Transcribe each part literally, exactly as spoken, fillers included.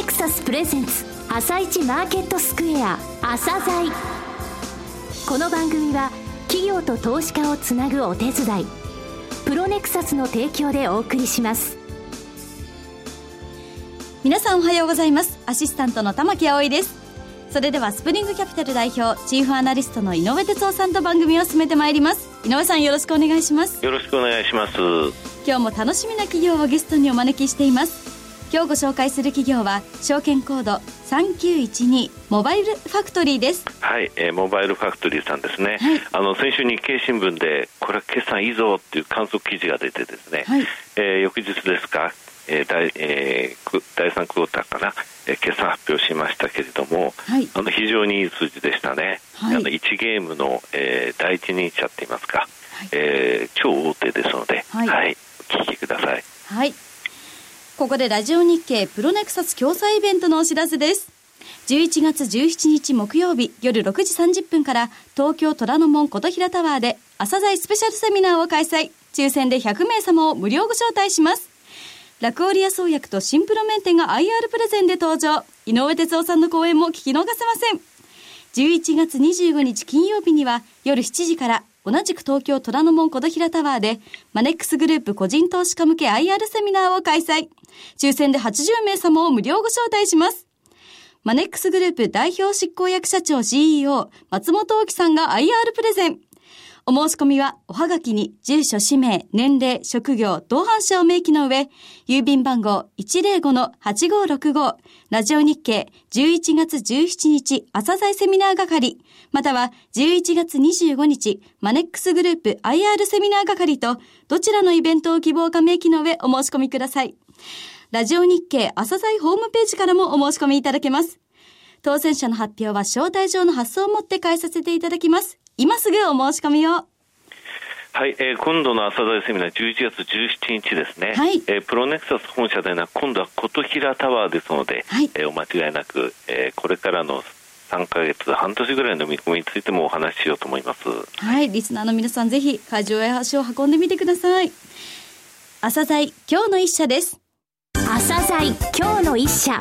クサスプレゼンツ朝一マーケットスクエア朝鮮。この番組は企業と投資家をつなぐお手伝いプロネクサスの提供でお送りします。 皆さんおはようございます。アシスタントの玉木葵です。それではスプリングキャピタル代表チーフアナリストの井上哲夫さんと番組を進めてまいります。井上さん、よろしくお願いします。 よろしくお願いします。 今日も楽しみな企業をゲストにお招きしています。今日ご紹介する企業は証券コードさんきゅういちにモバイルファクトリーです。 はい、えー、モバイルファクトリーさんですね、 はい、 あの先週日経新聞でこれは決算いいぞっていう観測記事が出てですね、はい、えー、翌日ですか、えー 第, えー、だいさんクォーターかな、えー、決算発表しましたけれども、はい、あの非常にいい数字でしたね、はい、あのいちゲームの、えー、第一人者って言いますか、はい、えー、超大手ですので、はいはい、お聞きください。 はい、ここでラジオ日経プロネクサス共催イベントのお知らせです。じゅういちがつじゅうしちにち木曜日夜ろくじさんじゅっぷんから東京虎ノ門琴平タワーで朝鮮スペシャルセミナーを開催。抽選でひゃくめいさまを無料ご招待します。ラクオリア創薬とシンプロメンテが アイアール プレゼンで登場。井上哲夫さんの講演も聞き逃せません。じゅういちがつにじゅうごにち金曜日には夜しちじから同じく東京虎ノ門琴平タワーでマネックスグループ個人投資家向け アイアール セミナーを開催。抽選ではちじゅうめいさまを無料ご招待します。マネックスグループ代表執行役社長 シーイーオー 松本大樹さんが アイアール プレゼン。お申し込みはおはがきに住所、氏名、年齢、職業、同伴者を明記の上、郵便番号 いちぜろごのはちごろくご ラジオ日経じゅういちがつじゅうしちにち朝鮮セミナー係、またはじゅういちがつにじゅうごにちマネックスグループ アイアール セミナー係とどちらのイベントを希望か明記の上お申し込みください。ラジオ日経朝鮮ホームページからもお申し込みいただけます。当選者の発表は招待状の発送をもって返させていただきます。今すぐお申し込みを。 はい、えー、今度の朝鮮セミナーじゅういちがつじゅうしちにちですね、 はい、 えー、プロネクサス本社では今度は琴平タワーですので、はい、えー、お間違いなく、えー、これからのさんかげつ半年ぐらいの見込みについてもお話ししようと思います。 はい、リスナーの皆さんぜひ会場へ足を運んでみてください。朝鮮今日の一社です。 朝鮮今日の一社。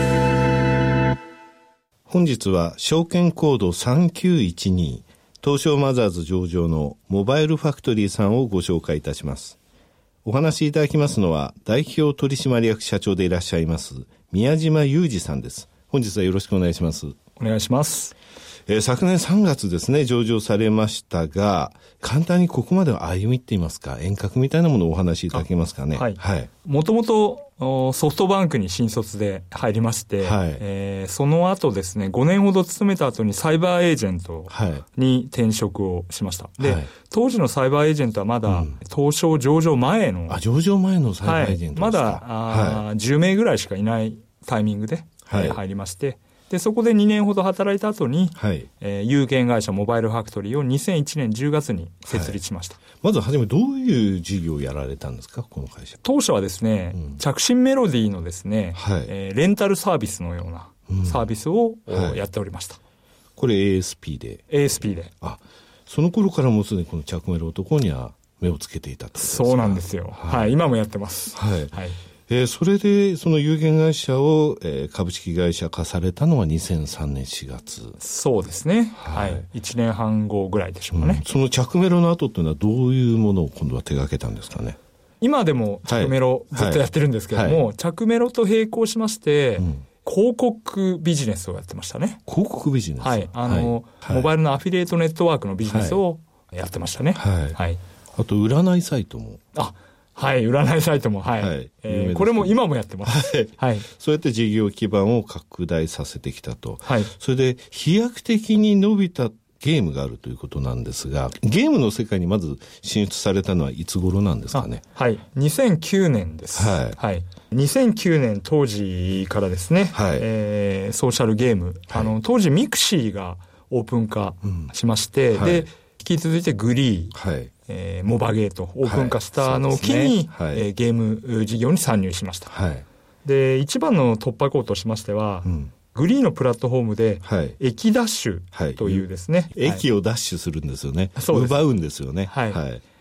本日は証券コードさんきゅういちに東証マザーズ上場のモバイルファクトリーさんをご紹介いたします。お話しいただきますのは代表取締役社長でいらっしゃいます宮島裕二さんです。本日はよろしくお願いします。 お願いします。 えー、昨年さんがつですね上場されましたが、簡単にここまでは歩みって言いますか遠隔みたいなものをお話しいただけますかね。はい、はい、 もともとソフトバンクに新卒で入りまして、はい、えー、その後ですねごねんほど勤めた後にサイバーエージェントに転職をしました。はい、で、当時のサイバーエージェントはまだ東証上場前の、 うん、あ上場前のサイバーエージェントですか。 はい、まだあ、はい、じゅうめいぐらいしかいないタイミングで、はい、入りまして、でそこでにねんほど働いた後に、はい、えー、有限会社モバイルファクトリーをにせんいちねんじゅうがつに設立しました。はい、 まずはじめどういう事業をやられたんですかこの会社。 当初はですね、うん、着信メロディーのですね、はい、えー、レンタルサービスのようなサービスを、うん、やっておりました。 これ エーエスピー でエーエスピー で、 あ、その頃からもうすでにこの着メロ男には目をつけていたということですか。 そうなんですよ。はい、はい、今もやってます。 はい、はい、えー、それでその有限会社を、えー、株式会社化されたのはにせんさんねんしがつ。 そうですね、はい、はい、いちねんはんごぐらいでしょうかね。 うん、その着メロの後というのはどういうものを今度は手掛けたんですかね。 今でも着メロずっとやってるんですけども、はいはい、着メロと並行しまして、うん、広告ビジネスをやってましたね。 広告ビジネス、 はい、あの、はい、モバイルのアフィリエイトネットワークのビジネスをやってましたね。はい、はい、 あと占いサイトも。 あ、はい、占いサイトも、はい、はい、えー、これも今もやってます。はい、はい、 そうやって事業基盤を拡大させてきたと。はい、それで飛躍的に伸びたゲームがあるということなんですが、ゲームの世界にまず進出されたのはいつ頃なんですかね。 はい、にせんきゅうねんです。はい、はい、にせんきゅうねん当時からですね、はい、えー、ソーシャルゲーム、はい、あの当時ミクシーがオープン化しまして、うん、はい、で引き続いてグリー、はい、えー、モバゲーとオープン化したのを機に、はい、ね、はい、えー、ゲーム事業に参入しました。はい、で一番の突破口としましては、うん、グリーのプラットフォームで、はい、駅ダッシュというですね、 はい、駅をダッシュするんですよね。はい、奪うんですよね。 はい、はい、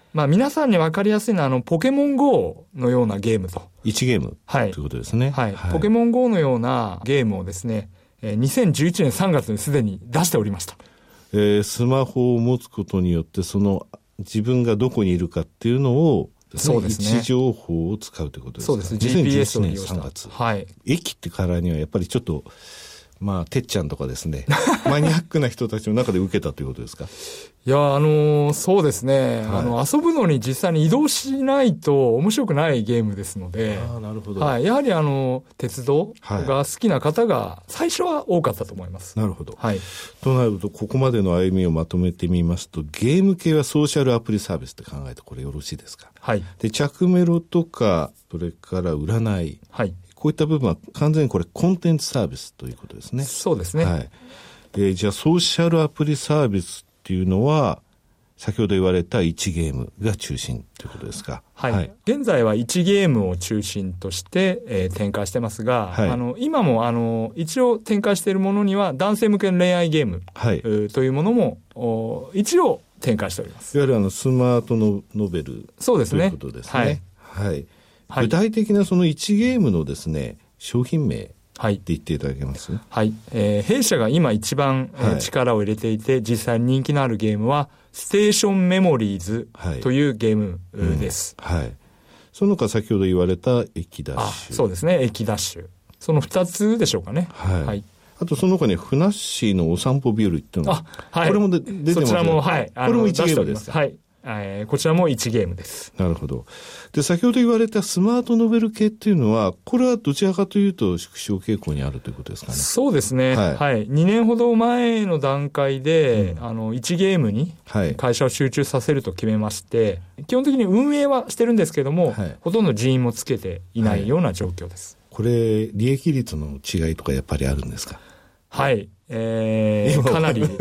まあ皆さんに分かりやすいのはあのポケモン ゴー のようなゲームと。 いちゲーム、はい、ということですね。 はい。はい、ポケモン ゴー のようなゲームをですね、にせんじゅういちねんさんがつにすでに出しておりました。 えー、スマホを持つことによってその自分がどこにいるかっていうのを、 そうですね。 位置情報を使うということですか。 そうです。ジーピーエス を利用した。 にせんじゅういちねんさんがつ。 はい。 駅ってからにはやっぱりちょっと、まあ、てっちゃんとかですね、マニアックな人たちの中で受けたということですか。 いや、あのー、そうですね、はい、あの、遊ぶのに実際に移動しないと面白くないゲームですので、 あ、なるほど。 はい。やはりあの、鉄道が好きな方が最初は多かったと思います。 なるほど。 はい。 となると、ここまでの歩みをまとめてみますと、ゲーム系はソーシャルアプリサービスって考えてこれよろしいですか。 はい。 で、着メロとか、それから占い。 はい。 こういった部分は完全にこれコンテンツサービスということですね。 そうですね。 はい。えー、じゃあソーシャルアプリサービスっていうのは、先ほど言われたいちゲームが中心ということですか。 はい。はい、現在はいちゲームを中心として、えー、展開してますが、はい、あの今もあの一応展開しているものには男性向けの恋愛ゲーム、はい、というものもお一応展開しております。 いわゆるあのスマートのノベル、 そうですね。 ということですね。はい。はいはい、具体的なそのいちゲームのですね、商品名って言っていただけます？ はい。はい、えー、弊社が今一番、はい、力を入れていて、実際に人気のあるゲームは、ステーションメモリーズというゲームです。 はい。うんはい、その他先ほど言われた駅ダッシュ。 あ、そうですね、駅ダッシュ。その二つでしょうかね。 はい。はい、あとその他にふなっしーのお散歩日和っていうのは、 あ、はい。 これもで出てますね。 そちらも、はい。 これもいちゲームですか？ はい。えー、こちらもいちゲームです。 なるほど。で、先ほど言われたスマートノベル系っていうのは、これはどちらかというと縮小傾向にあるということですかね。 そうですね。はい。はい、にねんほど前の段階で、うん、あの、いちゲームに会社を集中させると決めまして、はい、基本的に運営はしてるんですけども、はい、ほとんど人員もつけていないような状況です。 はい、これ、利益率の違いとかやっぱりあるんですか？ はい。えー、かなり、はい、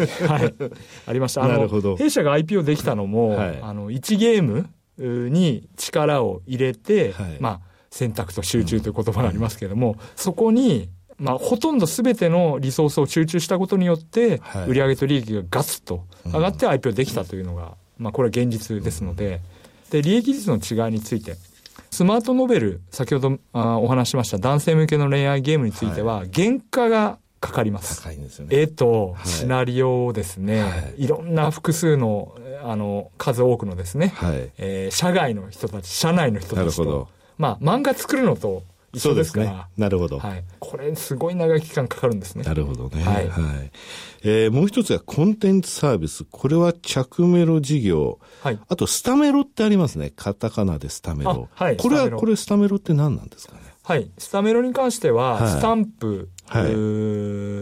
ありました。あの、なるほど。弊社が アイピーオー できたのも、はい、あの、いちゲームに力を入れて、はい、まあ、選択と集中という言葉がありますけれども、うん、そこに、まあ、ほとんど全てのリソースを集中したことによって、はい、売上と利益がガツッと上がって アイピーオー できたというのが、うん、まあ、これは現実ですので、で、利益率の違いについて、スマートノベル、先ほどあお話ししました男性向けの恋愛ゲームについては、はい、原価がかかります。 高いんですよね。 絵とシナリオをですね、はい、いろんな複数の、あの、数多くのですね、はい、えー、社外の人たち、社内の人たちと、まあ、漫画作るのと一緒ですから。そうですね。 なるほど。 はい。これ、すごい長い期間かかるんですね。 なるほどね。はい。はい。えー、もう一つがコンテンツサービス。これは着メロ事業。はい。あと、スタメロってありますね。カタカナでスタメロ。はい。これは、これスタメロって何なんですかね。 はい。スタメロに関しては、はい、スタンプ、はい、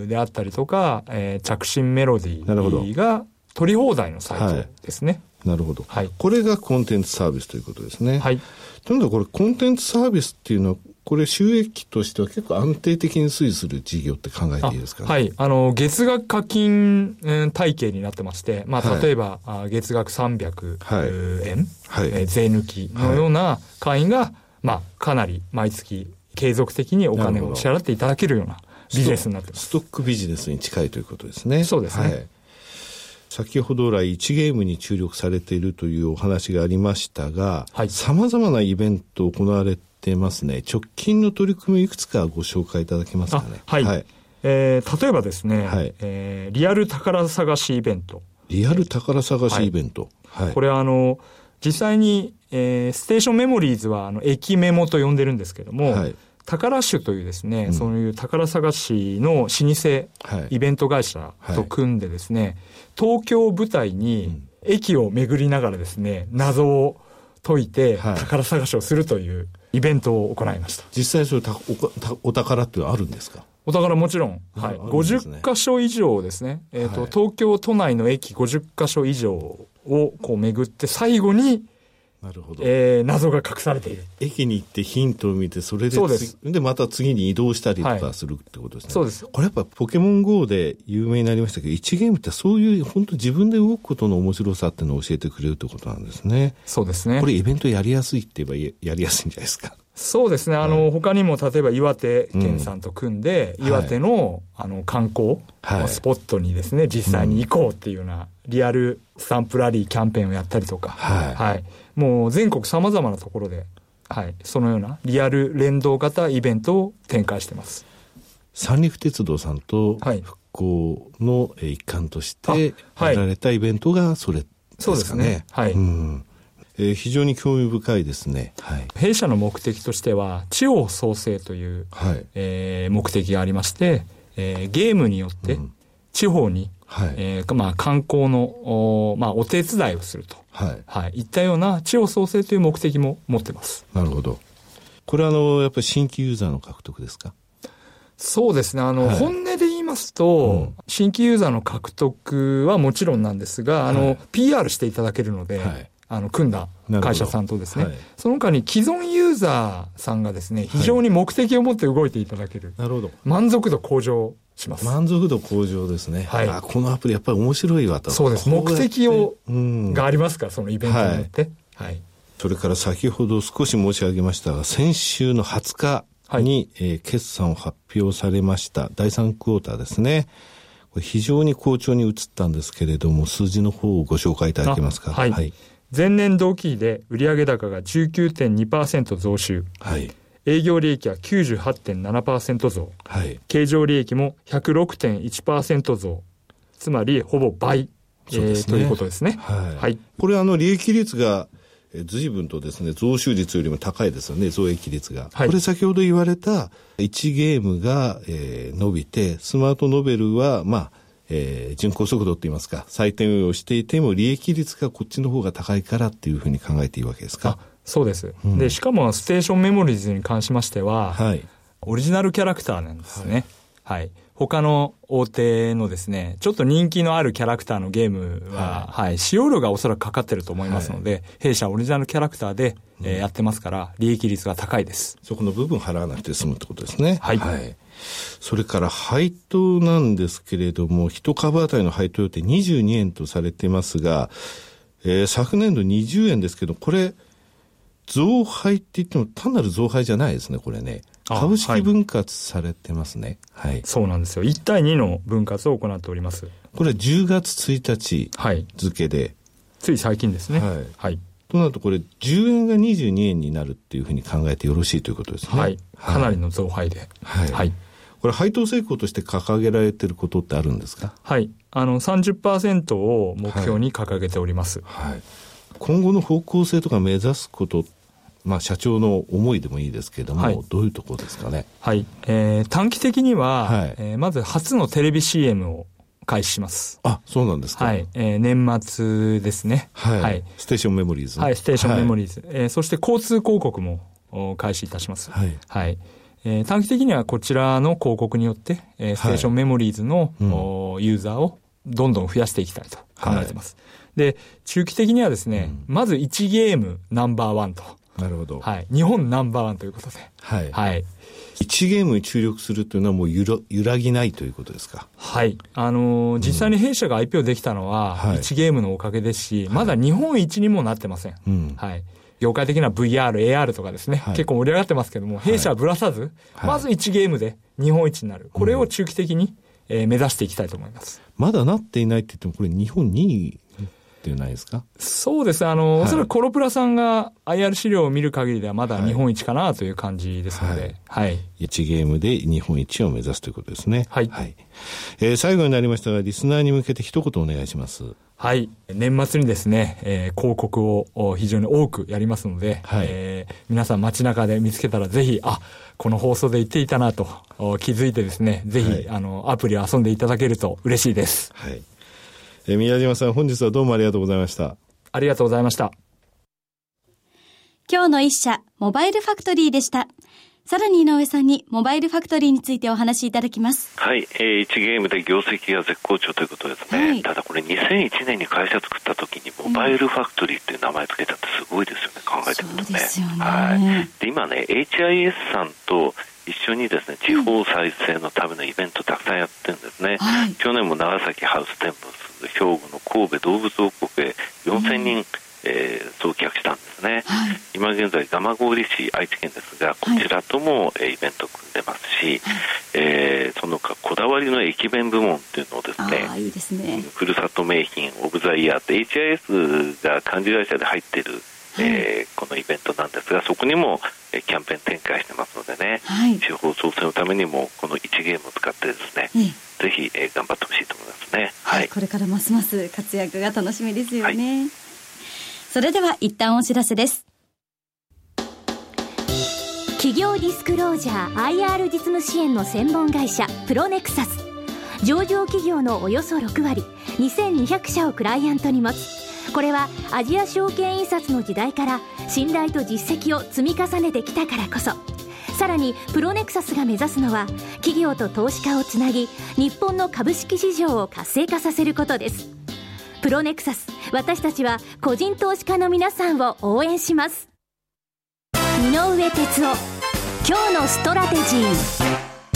であったりとか、えー、着信メロディーが取り放題のサイトですね。 なるほど。はい。これがコンテンツサービスということですね。 はい。 というのはこれコンテンツサービスっていうのは、これ収益としては結構安定的に推移する事業って考えていいですかね。 はい。あの、月額課金、えー、体系になってまして、まあ、例えば、はい、月額さんびゃくえん、はいえー、税抜きのような会員が、はい、まあ、かなり毎月継続的にお金を支払っていただけるようなビジネスになってます。 ストックビジネスに近いということですね。 そうですね。はい、 先ほど来いちゲームに注力されているというお話がありましたが、はい、様々なイベント行われてますね。直近の取り組みいくつかご紹介いただけますかね。 はい。はい、えー、例えばですね、はい、えー、リアル宝探しイベント。 リアル宝探しイベント。 はいはい、これはあの、実際に、えー、ステーションメモリーズはあの駅メモと呼んでるんですけども、はい、宝種というですね、うん、そういう宝探しの老舗イベント会社と組んでですね、はいはい、東京を舞台に駅を巡りながらですね、謎を解いて宝探しをするというイベントを行いました。 実際それた お, お宝ってあるんですか？ お宝もちろん、はい、ごじゅっかしょ以上ですね、えーとはい、東京都内の駅ごじゅっかしょ以上をこう巡って最後になるほど、 えー、謎が隠されている。 駅に行ってヒントを見て、それでそうです。でまた次に移動したりとかするってことですね。 はい、そうです。 これやっぱポケモン ゴー で有名になりましたけど、いちゲームってそういう本当自分で動くことの面白さっていうのを教えてくれるってことなんですね。 そうですね。 これイベントやりやすいって言えばやりやすいんじゃないですか。 そうですね、あの、はい、他にも例えば岩手県さんと組んで、うん、岩手の、はい、あの観光、はい、スポットにですね実際に行こうっていうようなリアルスタンプラリーキャンペーンをやったりとか、はいはい、もう全国さまざまなところで、はい、そのようなリアル連動型イベントを展開してます。 三陸鉄道さんと復興の一環としてやられたイベントがそれですかね。そうですね、はい、うん、えー、非常に興味深いですね、はい、 弊社の目的としては地方創生という、はい、えー、目的がありまして、えー、ゲームによって地方に、うん、えーまあ、観光の お,、まあ、お手伝いをすると、はいはい、いったような地方創生という目的も持ってます。 なるほど。これはあのやっぱり新規ユーザーの獲得ですか？ そうですね、あの、はい、本音で言いますと、うん、新規ユーザーの獲得はもちろんなんですが、あの、はい、ピーアール していただけるので、はい、あの組んだ会社さんとですね、はい、その他に既存ユーザーさんがですね非常に目的を持って動いていただける、はい、なるほど、満足度向上します。 満足度向上ですね、はい、あ、このアプリやっぱり面白いわと。 そうです、目的を、うん、がありますから、そのイベントによって、はいはい、 それから先ほど少し申し上げましたが、先週のはつかに、はい、えー、決算を発表されましただいさんクォーターですね。これ非常に好調に移ったんですけれども、数字の方をご紹介いただけますか？ はい、はい、前年同期比で売上高が じゅうきゅうてんにパーセント 増収、はい、営業利益は きゅうじゅうはちてんななパーセント 増、はい、経常利益も ひゃくろくてんいちパーセント 増、つまりほぼ倍、そうですね、えー、ということですね。 はいはい、これあの利益率が随分とですね増収率よりも高いですよね、増益率が、はい、これ先ほど言われたいちゲームが、えー、伸びて、スマートノベルはまあえー、巡航速度って言いますか、採点運用していても利益率がこっちの方が高いからっていうふうに考えていいわけですか？ そうです、うん、でしかもステーションメモリーズに関しましては、はい、オリジナルキャラクターなんですね、はいはい、他の大手のですねちょっと人気のあるキャラクターのゲームは、はいはい、使用料がおそらくかかってると思いますので、はい、弊社オリジナルキャラクターで、えー、やってますから利益率が高いです。 そこの部分払わなくて済むってことですね。はい、はい、それから配当なんですけれども、一株当たりの配当予定にじゅうにえんとされてますが、えー、昨年度にじゅうえんですけど、これ増配って言っても単なる増配じゃないですね、これね。株式分割されてますね。はい。はい、 そうなんですよ。いち対にの分割を行っております。 これはじゅうがつついたち付で、はい、 つい最近ですね。はい。はい。 となるとこれじゅうえんがにじゅうにえんになるっていうふうに考えてよろしいということですね。 はい。かなりの増配で。 はい。はい。これ配当成功として掲げられていることってあるんですか？ はい。あの さんじゅっパーセント を目標に掲げております。はい。はい、 今後の方向性とか目指すこと、まあ社長の思いでもいいですけれども、はい、どういうところですかね？ はい。えー、短期的には、はい、えー、まず初のテレビ シーエム を開始します。 あ、そうなんですか。 はい。えー、年末ですね。 はい。はい、ステーションメモリーズ。 はい、ステーションメモリーズ。はい、えー、そして交通広告も開始いたします。はい。はい。えー、短期的にはこちらの広告によって、えー、ステーションメモリーズの、はい、ユーザーをどんどん増やしていきたいと考えています。はい、で、中期的にはですね、うん、まずいちゲームナンバーワンと。 なるほど。 はい。日本ナンバーワンということで。はい。はい。 いちゲームに注力するというのはもう揺ら、揺らぎないということですか？ はい。あのー、実際に弊社が アイピーオー できたのは、いちゲームのおかげですし、はい、まだ日本一にもなってません。うん、はい。業界的な ブイアール、エーアール とかですね、はい、結構盛り上がってますけども、弊社はぶらさず、はい、まずいちゲームで日本一になる。これを中期的に、えー、目指していきたいと思います。 まだなっていないって言っても、これ日本にいではないですか？ そうです。あの、はい、おそらくコロプラさんが アイアール 資料を見る限りではまだ日本一かなという感じですので、はい。はい、 いちゲームで日本一を目指すということですね。はい。はい。えー、最後になりましたが、リスナーに向けて一言お願いします。 はい。年末にですね、えー、広告を非常に多くやりますので、はい、えー、皆さん街中で見つけたらぜひ、あ、この放送で言っていたなと気づいてですね、ぜひ、はい、あの、アプリを遊んでいただけると嬉しいです。はい。 えー、宮島さん、本日はどうもありがとうございました。 ありがとうございました。 今日の一社、モバイルファクトリーでした。さらに井上さんにモバイルファクトリーについてお話しいただきます。 はい、えー、いちゲームで業績が絶好調ということですね。はい、ただこれにせんいちねんに会社作った時にモバイルファクトリーっていう名前つけたってすごいですよね、考えてみるとね。 そうですよね。 はい。で、今ね、エイチアイエス さんと一緒にですね、地方再生のためのイベントたくさんやってるんですね。はい、去年も長崎ハウステンボス、兵庫の神戸動物王国へよんせんにん、うん、えー、送客したんですね。はい、 今現在蒲郡市愛知県ですが、こちらとも、はい、イベントを組んでますし、はい、えー、その他こだわりの駅弁部門っていうのをですね、 あ、いいですね、 ふるさと名品オブザイヤーって エイチアイエス が幹事会社で入っている、はい、えー、このイベントなんですが、そこにも、えー、キャンペーン展開してますのでね、はい、地方創生のためにもこのいちゲームを使ってですね、えー、ぜひ、えー、頑張ってほしいと思いますね、 はいはい、これからますます活躍が楽しみですよね、はい、それでは一旦お知らせです。 企業ディスクロージャー アイアール 実務支援の専門会社プロネクサス、上場企業のおよそろくわりにせんにひゃくしゃをクライアントに持つ。これはアジア証券印刷の時代から信頼と実績を積み重ねてきたからこそ。さらにプロネクサスが目指すのは企業と投資家をつなぎ、日本の株式市場を活性化させることです。プロネクサス、私たちは個人投資家の皆さんを応援します。井上哲夫、今日のストラテジー。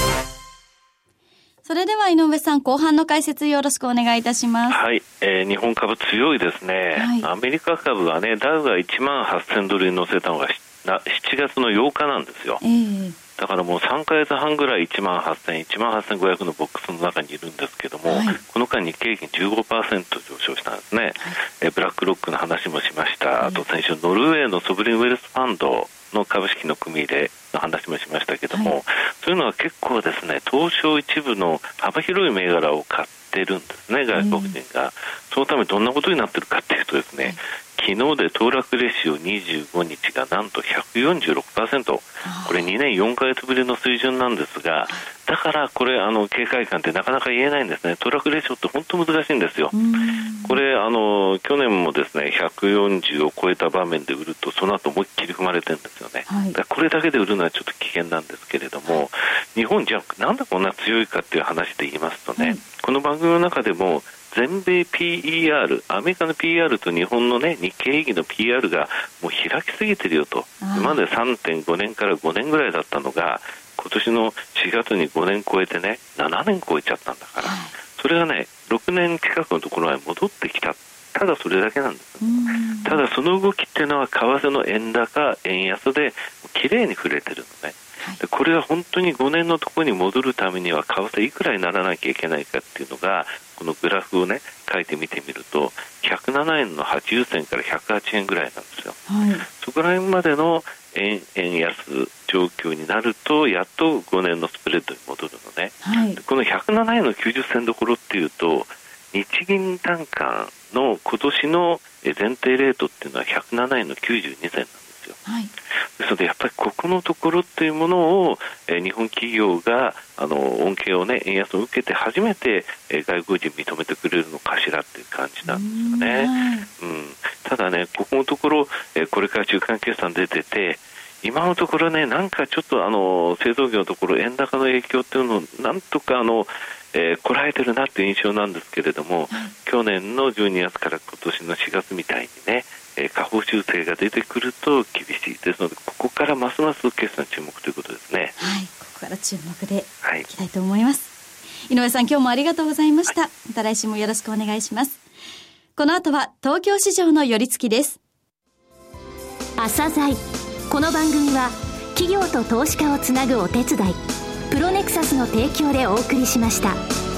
それでは井上さん、後半の解説よろしくお願いいたします。 はい、えー、日本株強いですね、はい、アメリカ株はね、ダウがいちまんはっせんドルに乗せたのがしちがつのようかなんですよ、えー、だからもうさんかげつはんぐらいいちまんはっせん、いちまんはっせんごひゃくのボックスの中にいるんですけども、はい、この間日経平均 じゅうごパーセント 上昇したんですね、はい、えー、ブラックロックの話もしました、はい、あと先週ノルウェーのソブリンウェルスファンドの株式の組み入れの話もしましたけども、はい、そういうのは結構ですね、東証一部の幅広い銘柄を買ってるんですね、外国人が、うん、そのためどんなことになってるかっていうとですね、はい、昨日で騰落レシオにじゅうごにちがなんと ひゃくよんじゅうろくパーセント、 これにねんよんかげつぶりの水準なんですが、だからこれあの警戒感ってなかなか言えないんですね。騰落レシオって本当難しいんですよ。これあの去年もですねひゃくよんじゅうを超えた場面で売るとその後思いっきり踏まれてるんですよね、はい、だこれだけで売るのはちょっと危険なんですけれども、日本じゃなんでこんな強いかっていう話で言いますとね、はい、この番組の中でも全米 ピーイーアール、 アメリカの ピーイーアール と日本のね日経平均の ピーイーアール がもう開きすぎてるよと。今まで さんてんごねんからごねんぐらいだったのが今年のしがつにごねん超えてねななねん超えちゃったんだから、はい、それがねろくねん近くのところへ戻ってきた。ただそれだけなんです。ただその動きっていうのは為替の円高円安で綺麗に触れてるのね、はい、でこれは本当にごねんのところに戻るためには為替いくらにならなきゃいけないかっていうのがこのグラフをね書いてみてみるとひゃくななえんのはちじゅっせんからひゃくはちえんぐらいなんですよ、はい、そこら辺までの 円, 円安状況になるとやっとごねんのスプレッドに戻るのね、はい、このひゃくななえんのきゅうじゅっせんどころっていうと日銀短観の今年の前提レートっていうのはひゃくななえんのきゅうじゅうにせんなんですよ、はい、ですのでやっぱりここのところっていうものを、えー、日本企業があの恩恵をね円安を受けて初めて、えー、外国人認めてくれるのかしらっていう感じなんですよね、うん、ただねここのところ、えー、これから中間決算出てて今のところねなんかちょっとあの製造業のところ円高の影響っていうのをなんとかあのえー、こらえてるなっていう印象なんですけれども、はい、去年のじゅうにがつから今年のしがつみたいにね、えー、下方修正が出てくると厳しいですのでここからますます決算注目ということですね。 はい、ここから注目でいきたいと思います、はい、井上さん今日もありがとうございました、はい、また来週もよろしくお願いします。この後は東京市場の寄り付きです。 朝鮮この番組は企業と投資家をつなぐお手伝いプロネクサスの提供でお送りしました。